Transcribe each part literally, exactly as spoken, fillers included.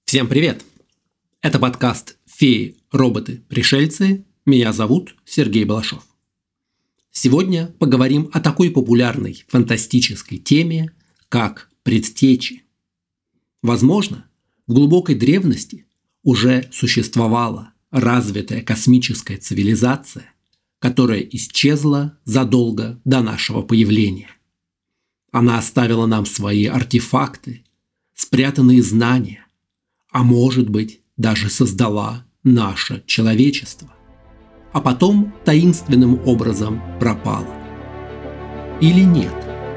Всем привет! Это подкаст «Феи, роботы, пришельцы». Меня зовут Сергей Балашов. Сегодня поговорим о такой популярной фантастической теме, как предтечи. Возможно, в глубокой древности уже существовала развитая космическая цивилизация, которая исчезла задолго до нашего появления. Она оставила нам свои артефакты, спрятанные знания, а может быть, даже создала наше человечество, а потом таинственным образом пропала. Или нет?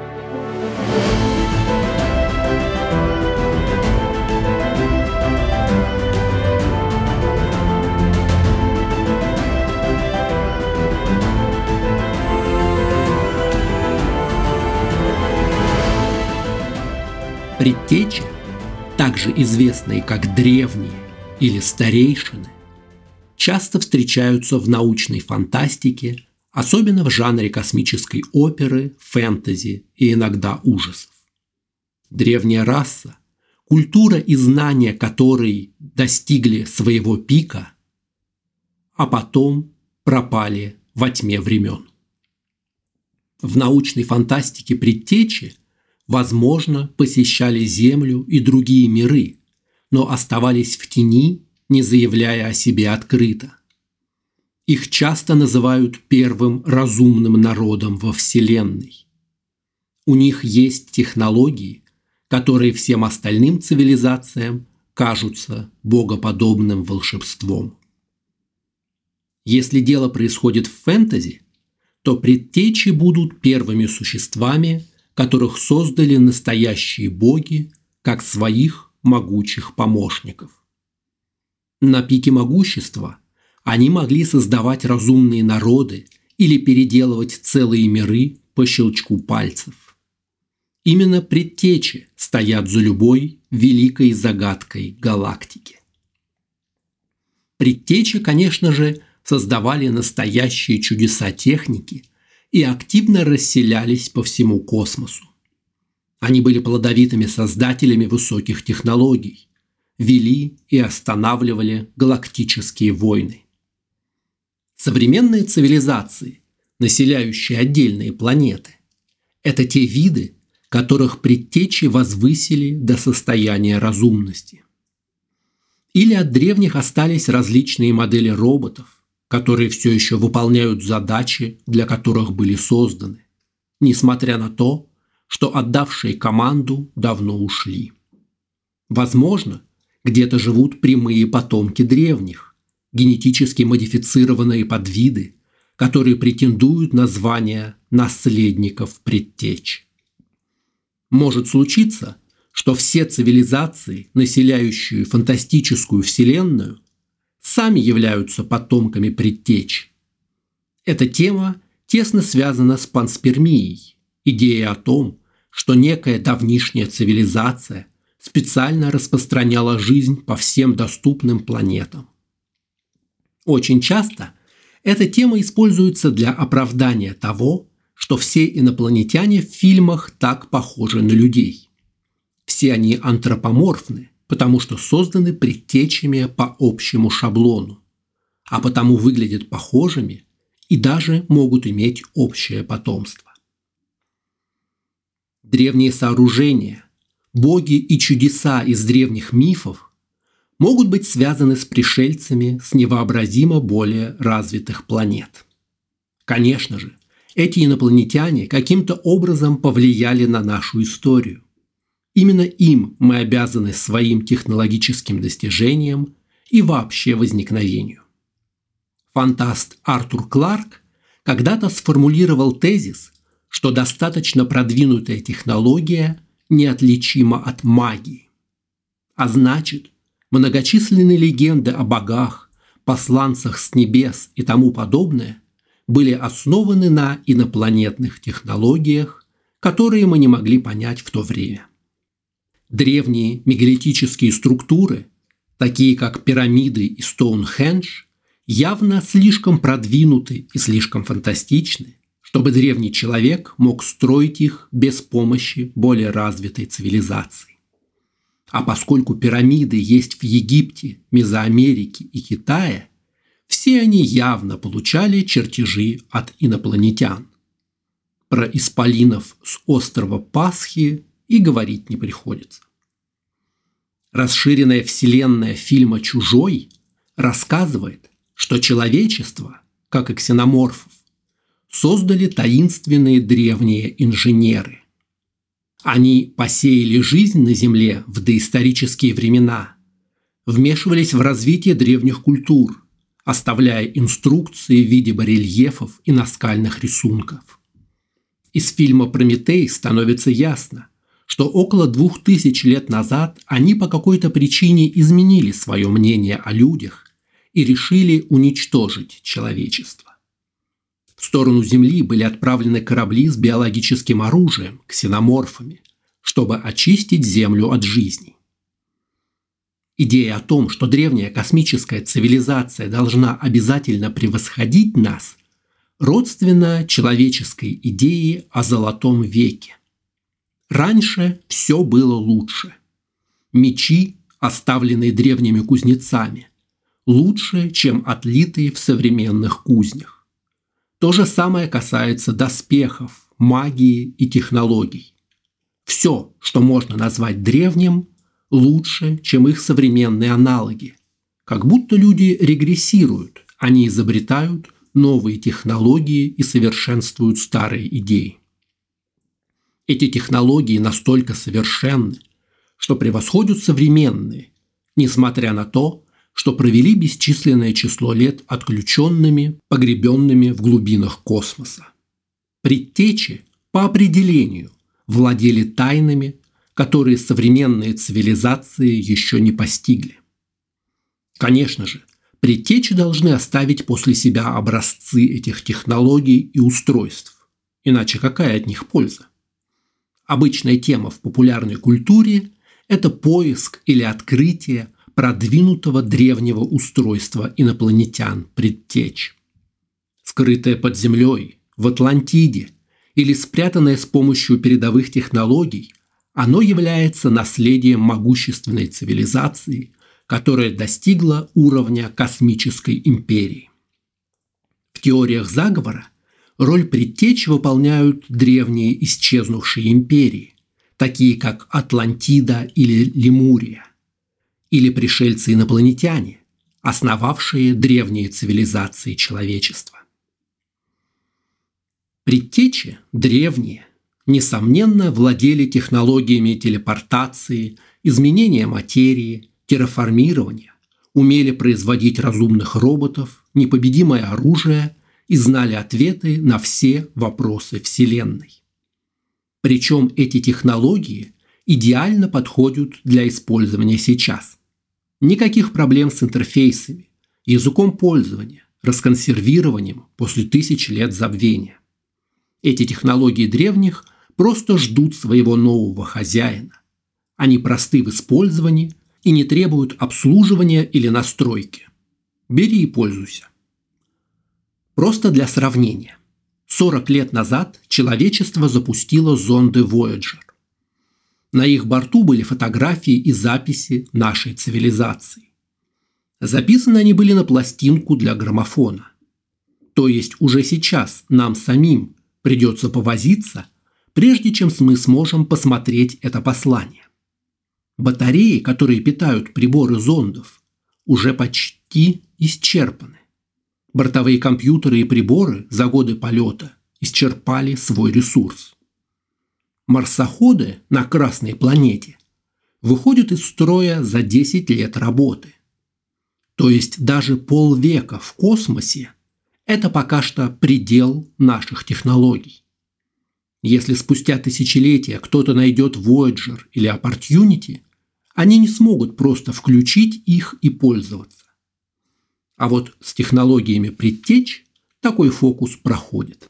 Предтечи, также известные как древние или старейшины, часто встречаются в научной фантастике, особенно в жанре космической оперы, фэнтези и иногда ужасов. Древняя раса, культура и знания которой достигли своего пика, а потом пропали во тьме времен. В научной фантастике предтечи, возможно, посещали Землю и другие миры, но оставались в тени, не заявляя о себе открыто. Их часто называют первым разумным народом во Вселенной. У них есть технологии, которые всем остальным цивилизациям кажутся богоподобным волшебством. Если дело происходит в фэнтези, то предтечи будут первыми существами, которых создали настоящие боги как своих могучих помощников. На пике могущества они могли создавать разумные народы или переделывать целые миры по щелчку пальцев. Именно предтечи стоят за любой великой загадкой галактики. Предтечи, конечно же, создавали настоящие чудеса техники и активно расселялись по всему космосу. Они были плодовитыми создателями высоких технологий, вели и останавливали галактические войны. Современные цивилизации, населяющие отдельные планеты, это те виды, которых предтечи возвысили до состояния разумности. Или от древних остались различные модели роботов, которые все еще выполняют задачи, для которых были созданы, несмотря на то, что отдавшие команду давно ушли. Возможно, где-то живут прямые потомки древних, генетически модифицированные подвиды, которые претендуют на звание наследников предтеч. Может случиться, что все цивилизации, населяющие фантастическую вселенную, сами являются потомками предтеч. Эта тема тесно связана с панспермией, идеей о том, что некая давнишняя цивилизация специально распространяла жизнь по всем доступным планетам. Очень часто эта тема используется для оправдания того, что все инопланетяне в фильмах так похожи на людей. Все они антропоморфны, потому что созданы предтечами по общему шаблону, а потому выглядят похожими и даже могут иметь общее потомство. Древние сооружения, боги и чудеса из древних мифов могут быть связаны с пришельцами с невообразимо более развитых планет. Конечно же, эти инопланетяне каким-то образом повлияли на нашу историю. Именно им мы обязаны своим технологическим достижениям и вообще возникновению. Фантаст Артур Кларк когда-то сформулировал тезис, что достаточно продвинутая технология неотличима от магии. А значит, многочисленные легенды о богах, посланцах с небес и тому подобное были основаны на инопланетных технологиях, которые мы не могли понять в то время. Древние мегалитические структуры, такие как пирамиды и Стоунхендж, явно слишком продвинуты и слишком фантастичны, чтобы древний человек мог строить их без помощи более развитой цивилизации. А поскольку пирамиды есть в Египте, Мезоамерике и Китае, все они явно получали чертежи от инопланетян. Про исполинов с острова Пасхи и говорить не приходится. Расширенная вселенная фильма «Чужой» рассказывает, что человечество, как и ксеноморфов, создали таинственные древние инженеры. Они посеяли жизнь на Земле в доисторические времена, вмешивались в развитие древних культур, оставляя инструкции в виде барельефов и наскальных рисунков. Из фильма «Прометей» становится ясно, что около двух тысяч лет назад они по какой-то причине изменили свое мнение о людях и решили уничтожить человечество. В сторону Земли были отправлены корабли с биологическим оружием, ксеноморфами, чтобы очистить Землю от жизни. Идея о том, что древняя космическая цивилизация должна обязательно превосходить нас, родственна человеческой идее о Золотом веке. Раньше все было лучше. Мечи, оставленные древними кузнецами, лучше, чем отлитые в современных кузнях. То же самое касается доспехов, магии и технологий. Все, что можно назвать древним, лучше, чем их современные аналоги. Как будто люди регрессируют, они изобретают новые технологии и совершенствуют старые идеи. Эти технологии настолько совершенны, что превосходят современные, несмотря на то, что провели бесчисленное число лет отключенными, погребенными в глубинах космоса. Предтечи, по определению, владели тайнами, которые современные цивилизации еще не постигли. Конечно же, предтечи должны оставить после себя образцы этих технологий и устройств, иначе какая от них польза? Обычная тема в популярной культуре – это поиск или открытие продвинутого древнего устройства инопланетян предтеч. Скрытое под землей, в Атлантиде или спрятанное с помощью передовых технологий, оно является наследием могущественной цивилизации, которая достигла уровня космической империи. В теориях заговора роль предтеч выполняют древние исчезнувшие империи, такие как Атлантида или Лемурия, или пришельцы-инопланетяне, основавшие древние цивилизации человечества. Предтечи, древние, несомненно, владели технологиями телепортации, изменения материи, терраформирования, умели производить разумных роботов, непобедимое оружие и знали ответы на все вопросы Вселенной. Причем эти технологии идеально подходят для использования сейчас. Никаких проблем с интерфейсами, языком пользования, расконсервированием после тысяч лет забвения. Эти технологии древних просто ждут своего нового хозяина. Они просты в использовании и не требуют обслуживания или настройки. Бери и пользуйся. Просто для сравнения. сорок лет назад человечество запустило зонды Voyager. На их борту были фотографии и записи нашей цивилизации. Записаны они были на пластинку для граммофона. То есть уже сейчас нам самим придется повозиться, прежде чем мы сможем посмотреть это послание. Батареи, которые питают приборы зондов, уже почти исчерпаны. Бортовые компьютеры и приборы за годы полета исчерпали свой ресурс. Марсоходы на Красной планете выходят из строя за десять лет работы. То есть даже полвека в космосе – это пока что предел наших технологий. Если спустя тысячелетия кто-то найдет Voyager или Opportunity, они не смогут просто включить их и пользоваться. А вот с технологиями предтеч такой фокус проходит.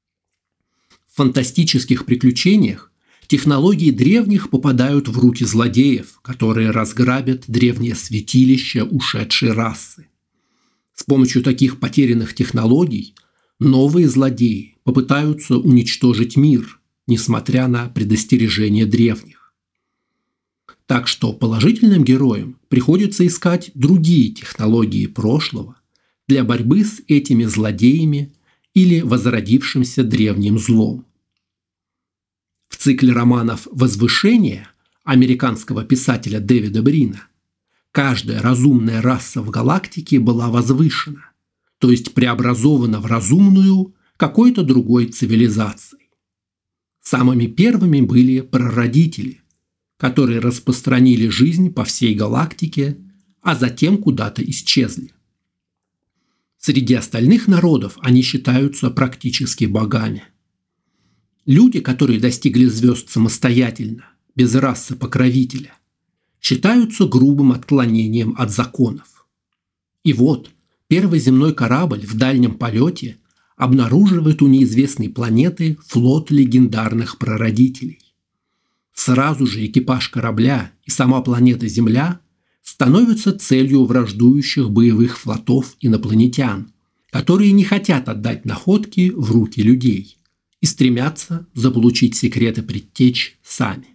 В фантастических приключениях технологии древних попадают в руки злодеев, которые разграбят древнее святилище ушедшей расы. С помощью таких потерянных технологий новые злодеи попытаются уничтожить мир, несмотря на предостережения древних. Так что положительным героям приходится искать другие технологии прошлого для борьбы с этими злодеями или возродившимся древним злом. В цикле романов «Возвышение» американского писателя Дэвида Брина каждая разумная раса в галактике была возвышена, то есть преобразована в разумную какой-то другой цивилизацией. Самыми первыми были прародители, которые распространили жизнь по всей галактике, а затем куда-то исчезли. Среди остальных народов они считаются практически богами. Люди, которые достигли звезд самостоятельно, без расы покровителя, считаются грубым отклонением от законов. И вот первый земной корабль в дальнем полете обнаруживает у неизвестной планеты флот легендарных прародителей. Сразу же экипаж корабля и сама планета Земля становятся целью враждующих боевых флотов инопланетян, которые не хотят отдать находки в руки людей и стремятся заполучить секреты предтеч сами.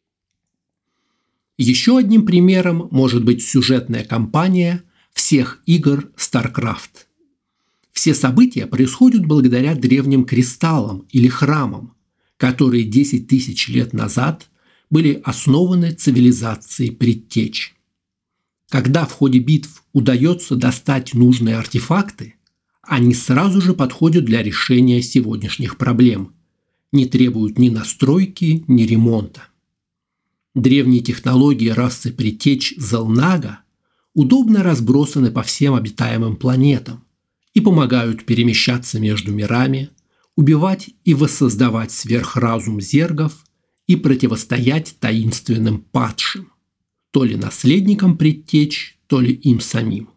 Еще одним примером может быть сюжетная кампания всех игр StarCraft. Все события происходят благодаря древним кристаллам или храмам, которые десять тысяч лет назад были основаны цивилизацией предтеч. Когда в ходе битв удается достать нужные артефакты, они сразу же подходят для решения сегодняшних проблем, не требуют ни настройки, ни ремонта. Древние технологии расы предтеч Зелнага удобно разбросаны по всем обитаемым планетам и помогают перемещаться между мирами, убивать и воссоздавать сверхразум зергов и противостоять таинственным падшим, то ли наследникам предтеч, то ли им самим.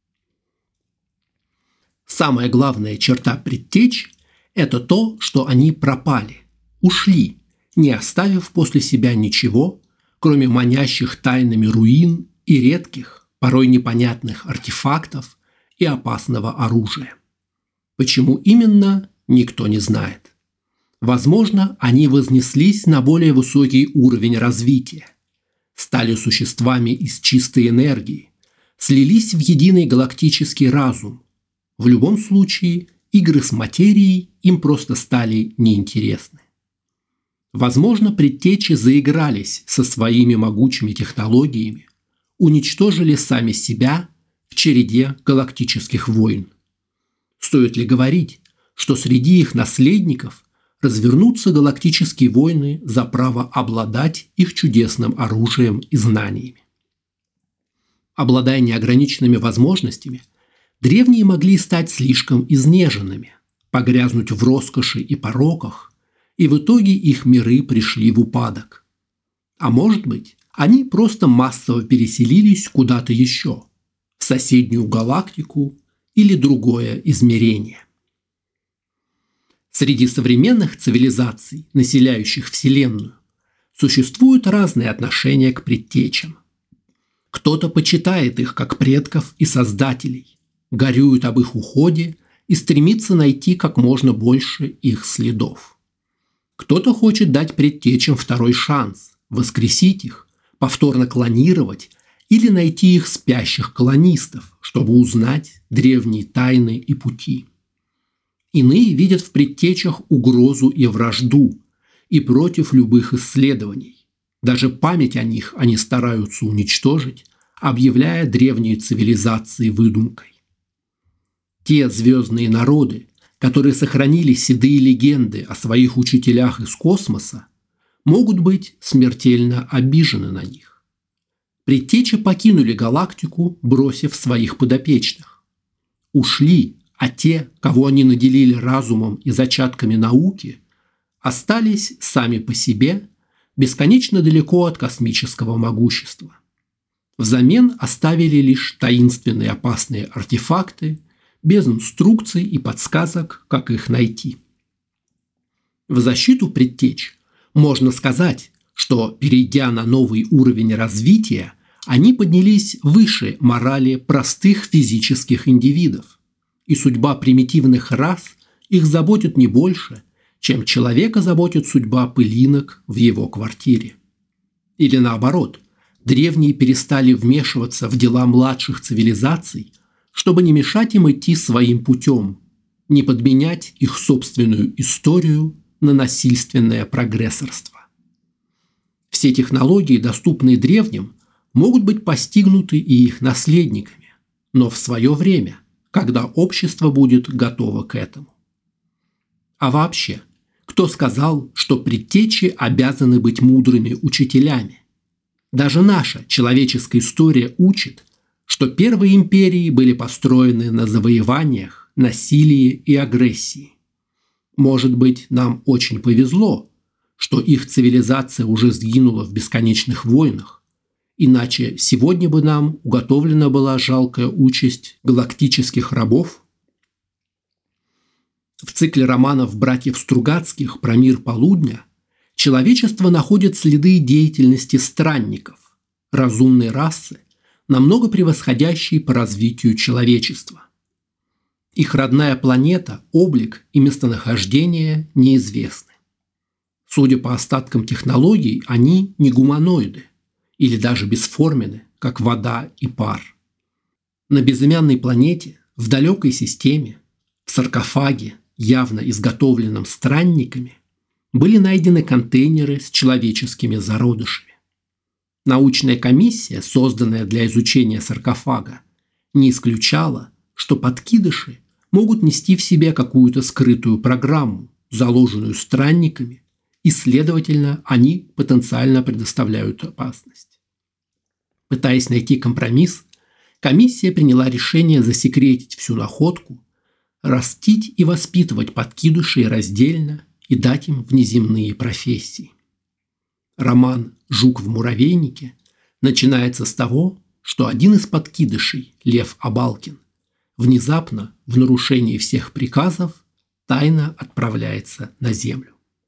Самая главная черта предтеч – это то, что они пропали, ушли, не оставив после себя ничего, кроме манящих тайнами руин и редких, порой непонятных артефактов и опасного оружия. Почему именно, никто не знает. Возможно, они вознеслись на более высокий уровень развития, стали существами из чистой энергии, слились в единый галактический разум. В любом случае, игры с материей им просто стали неинтересны. Возможно, предтечи заигрались со своими могучими технологиями, уничтожили сами себя в череде галактических войн. Стоит ли говорить, что среди их наследников развернутся галактические войны за право обладать их чудесным оружием и знаниями? Обладая неограниченными возможностями, древние могли стать слишком изнеженными, погрязнуть в роскоши и пороках, и в итоге их миры пришли в упадок. А может быть, они просто массово переселились куда-то еще, в соседнюю галактику или другое измерение. Среди современных цивилизаций, населяющих Вселенную, существуют разные отношения к предтечам. Кто-то почитает их как предков и создателей, горюет об их уходе и стремится найти как можно больше их следов. Кто-то хочет дать предтечам второй шанс, воскресить их, повторно клонировать или найти их спящих колонистов, чтобы узнать древние тайны и пути. Иные видят в предтечах угрозу и вражду, и против любых исследований. Даже память о них они стараются уничтожить, объявляя древние цивилизации выдумкой. Те звездные народы, которые сохранили седые легенды о своих учителях из космоса, могут быть смертельно обижены на них. Предтечи покинули галактику, бросив своих подопечных. Ушли, а те, кого они наделили разумом и зачатками науки, остались сами по себе, бесконечно далеко от космического могущества. Взамен оставили лишь таинственные опасные артефакты, без инструкций и подсказок, как их найти. В защиту предтеч можно сказать, что, перейдя на новый уровень развития, они поднялись выше морали простых физических индивидов, и судьба примитивных рас их заботит не больше, чем человека заботит судьба пылинок в его квартире. Или наоборот, древние перестали вмешиваться в дела младших цивилизаций, чтобы не мешать им идти своим путем, не подменять их собственную историю на насильственное прогрессорство. Все технологии, доступные древним, могут быть постигнуты и их наследниками, но в свое время, когда общество будет готово к этому. А вообще, кто сказал, что предтечи обязаны быть мудрыми учителями? Даже наша человеческая история учит, что первые империи были построены на завоеваниях, насилии и агрессии. Может быть, нам очень повезло, что их цивилизация уже сгинула в бесконечных войнах, иначе сегодня бы нам уготовлена была жалкая участь галактических рабов. В цикле романов братьев Стругацких про мир полудня человечество находит следы деятельности странников, разумной расы, намного превосходящей по развитию человечества. Их родная планета, облик и местонахождение неизвестны. Судя по остаткам технологий, они не гуманоиды или даже бесформенны, как вода и пар. На безымянной планете, в далекой системе, в саркофаге, явно изготовленном странниками, были найдены контейнеры с человеческими зародышами. Научная комиссия, созданная для изучения саркофага, не исключала, что подкидыши могут нести в себе какую-то скрытую программу, заложенную странниками, и, следовательно, они потенциально предоставляют опасность. Пытаясь найти компромисс, комиссия приняла решение засекретить всю находку, растить и воспитывать подкидышей раздельно и дать им внеземные профессии. Роман «Жук в муравейнике» начинается с того, что один из подкидышей, Лев Абалкин, внезапно, в нарушении всех приказов, тайно отправляется на Землю.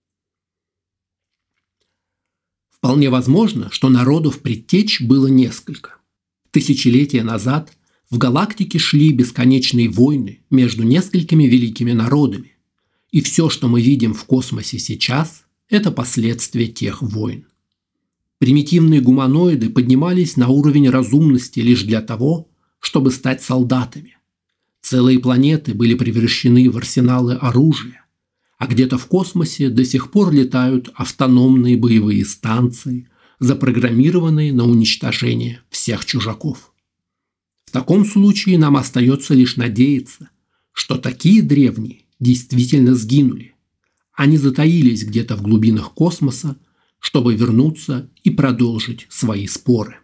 Вполне возможно, что народов предтеч было несколько. Тысячелетия назад в галактике шли бесконечные войны между несколькими великими народами, и все, что мы видим в космосе сейчас, это последствия тех войн. Примитивные гуманоиды поднимались на уровень разумности лишь для того, чтобы стать солдатами. Целые планеты были превращены в арсеналы оружия, а где-то в космосе до сих пор летают автономные боевые станции, запрограммированные на уничтожение всех чужаков. В таком случае нам остается лишь надеяться, что такие древние действительно сгинули. Они затаились где-то в глубинах космоса, чтобы вернуться и продолжить свои споры.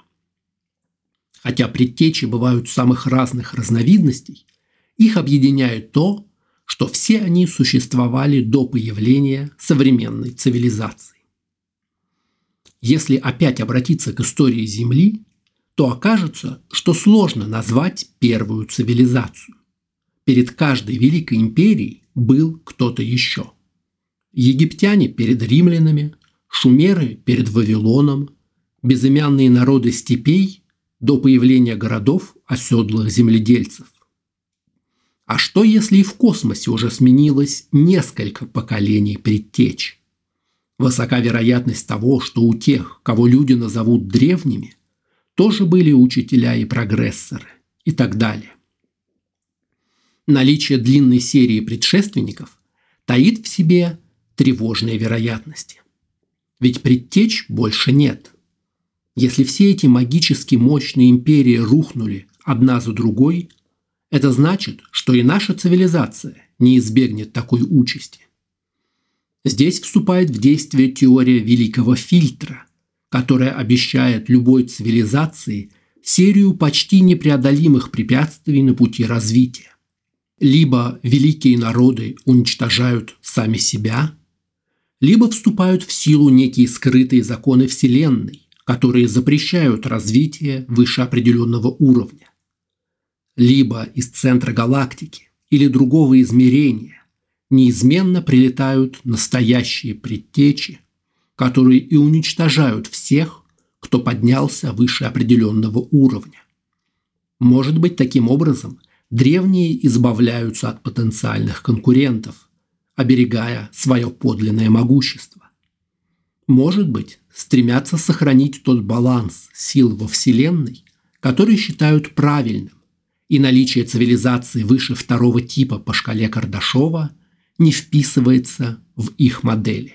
Хотя предтечи бывают самых разных разновидностей, их объединяет то, что все они существовали до появления современной цивилизации. Если опять обратиться к истории Земли, то окажется, что сложно назвать первую цивилизацию. Перед каждой великой империей был кто-то еще. Египтяне перед римлянами, шумеры перед Вавилоном, безымянные народы степей до появления городов оседлых земледельцев. А что, если и в космосе уже сменилось несколько поколений предтеч? Высока вероятность того, что у тех, кого люди назовут древними, тоже были учителя и прогрессоры, и так далее. Наличие длинной серии предшественников таит в себе тревожные вероятности. Ведь предтеч больше нет. Если все эти магически мощные империи рухнули одна за другой, это значит, что и наша цивилизация не избегнет такой участи. Здесь вступает в действие теория великого фильтра, которая обещает любой цивилизации серию почти непреодолимых препятствий на пути развития. Либо великие народы уничтожают сами себя, либо вступают в силу некие скрытые законы Вселенной, которые запрещают развитие выше определенного уровня. Либо из центра галактики или другого измерения неизменно прилетают настоящие предтечи, которые и уничтожают всех, кто поднялся выше определенного уровня. Может быть, таким образом древние избавляются от потенциальных конкурентов, оберегая свое подлинное могущество. Может быть, стремятся сохранить тот баланс сил во Вселенной, который считают правильным, и наличие цивилизации выше второго типа по шкале Кардашова не вписывается в их модели.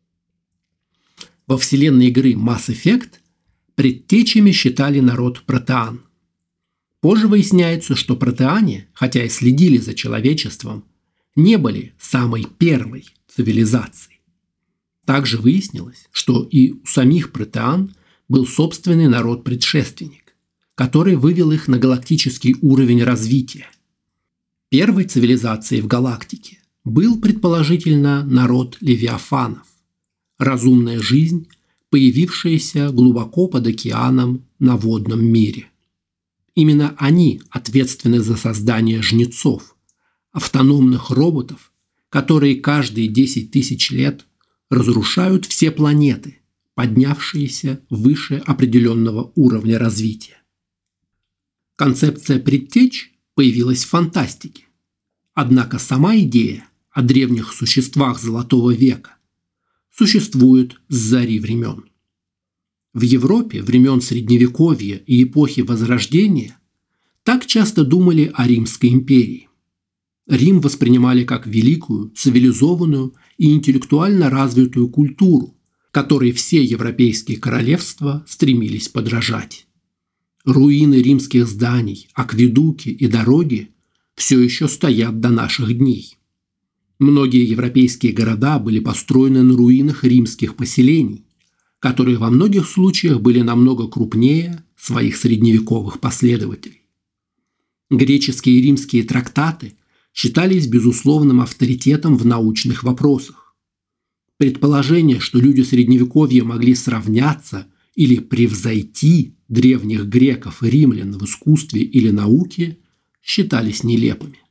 Во вселенной игры Mass Effect предтечами считали народ протеан. Позже выясняется, что протеане, хотя и следили за человечеством, не были самой первой цивилизацией. Также выяснилось, что и у самих протеан был собственный народ-предшественник, который вывел их на галактический уровень развития. Первой цивилизацией в галактике был предположительно народ левиафанов, разумная жизнь, появившаяся глубоко под океаном на водном мире. Именно они ответственны за создание жнецов, автономных роботов, которые каждые десять тысяч лет разрушают все планеты, поднявшиеся выше определенного уровня развития. Концепция предтеч появилась в фантастике. Однако сама идея о древних существах Золотого века существует с зари времен. В Европе времен Средневековья и эпохи Возрождения так часто думали о Римской империи. Рим воспринимали как великую, цивилизованную и интеллектуально развитую культуру, которой все европейские королевства стремились подражать. Руины римских зданий, акведуки и дороги все еще стоят до наших дней. Многие европейские города были построены на руинах римских поселений, которые во многих случаях были намного крупнее своих средневековых последователей. Греческие и римские трактаты считались безусловным авторитетом в научных вопросах. Предположение, что люди Средневековья могли сравняться или превзойти древних греков и римлян в искусстве или науке, считались нелепыми.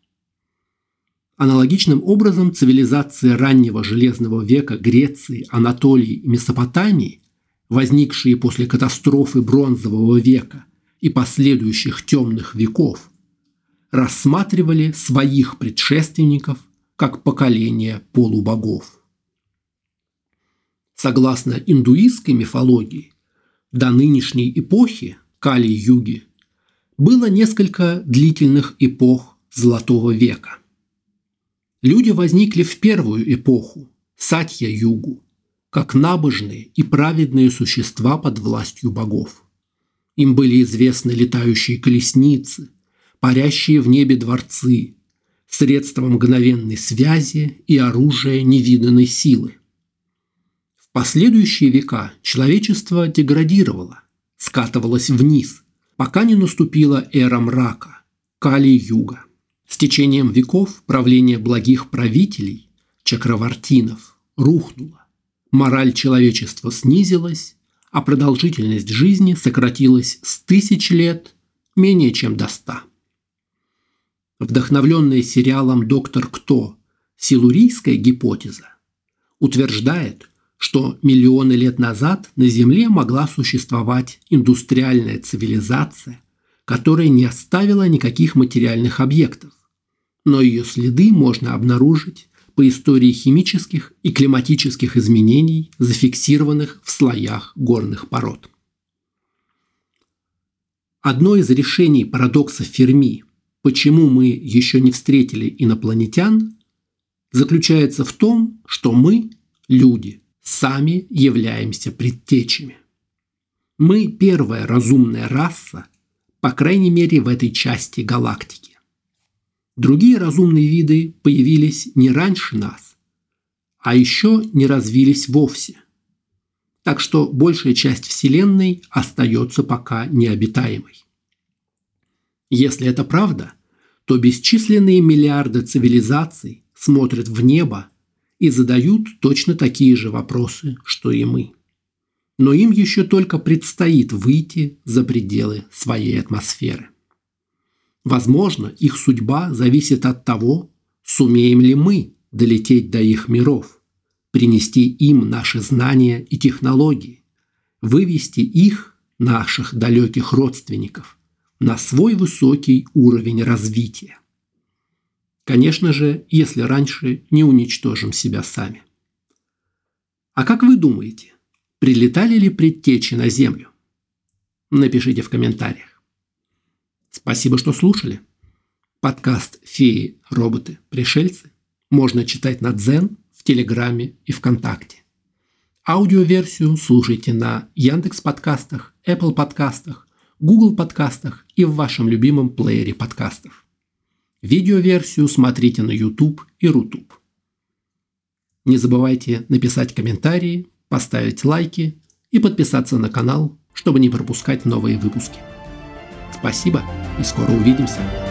Аналогичным образом цивилизации раннего Железного века Греции, Анатолии и Месопотамии, возникшие после катастрофы Бронзового века и последующих темных веков, рассматривали своих предшественников как поколение полубогов. Согласно индуистской мифологии, до нынешней эпохи, Кали-юги, было несколько длительных эпох Золотого века. Люди возникли в первую эпоху, Сатья-югу, как набожные и праведные существа под властью богов. Им были известны летающие колесницы, парящие в небе дворцы, средства мгновенной связи и оружие невиданной силы. В последующие века человечество деградировало, скатывалось вниз, пока не наступила эра мрака, Кали-юга. С течением веков правление благих правителей, чакравартинов, рухнуло. Мораль человечества снизилась, а продолжительность жизни сократилась с тысяч лет менее чем до ста. Вдохновленная сериалом «Доктор Кто» силурийская гипотеза утверждает, что миллионы лет назад на Земле могла существовать индустриальная цивилизация, которая не оставила никаких материальных объектов, но ее следы можно обнаружить по истории химических и климатических изменений, зафиксированных в слоях горных пород. Одно из решений парадокса Ферми, почему мы еще не встретили инопланетян, заключается в том, что мы, люди, сами являемся предтечами. Мы первая разумная раса, по крайней мере в этой части галактики. Другие разумные виды появились не раньше нас, а еще не развились вовсе. Так что большая часть Вселенной остается пока необитаемой. Если это правда, то бесчисленные миллиарды цивилизаций смотрят в небо и задают точно такие же вопросы, что и мы. Но им еще только предстоит выйти за пределы своей атмосферы. Возможно, их судьба зависит от того, сумеем ли мы долететь до их миров, принести им наши знания и технологии, вывести их, наших далеких родственников, на свой высокий уровень развития. Конечно же, если раньше не уничтожим себя сами. А как вы думаете, Прилетали ли предтечи на Землю? Напишите в комментариях. Спасибо, что слушали. Подкаст «Феи, роботы, пришельцы» можно читать на Дзен, в Телеграме и ВКонтакте. Аудиоверсию слушайте на Яндекс.Подкастах, Apple подкастах, Google подкастах и в вашем любимом плеере подкастов. Видеоверсию смотрите на YouTube и Рутуб. Не забывайте написать комментарии, поставить лайки и подписаться на канал, чтобы не пропускать новые выпуски. Спасибо и скоро увидимся.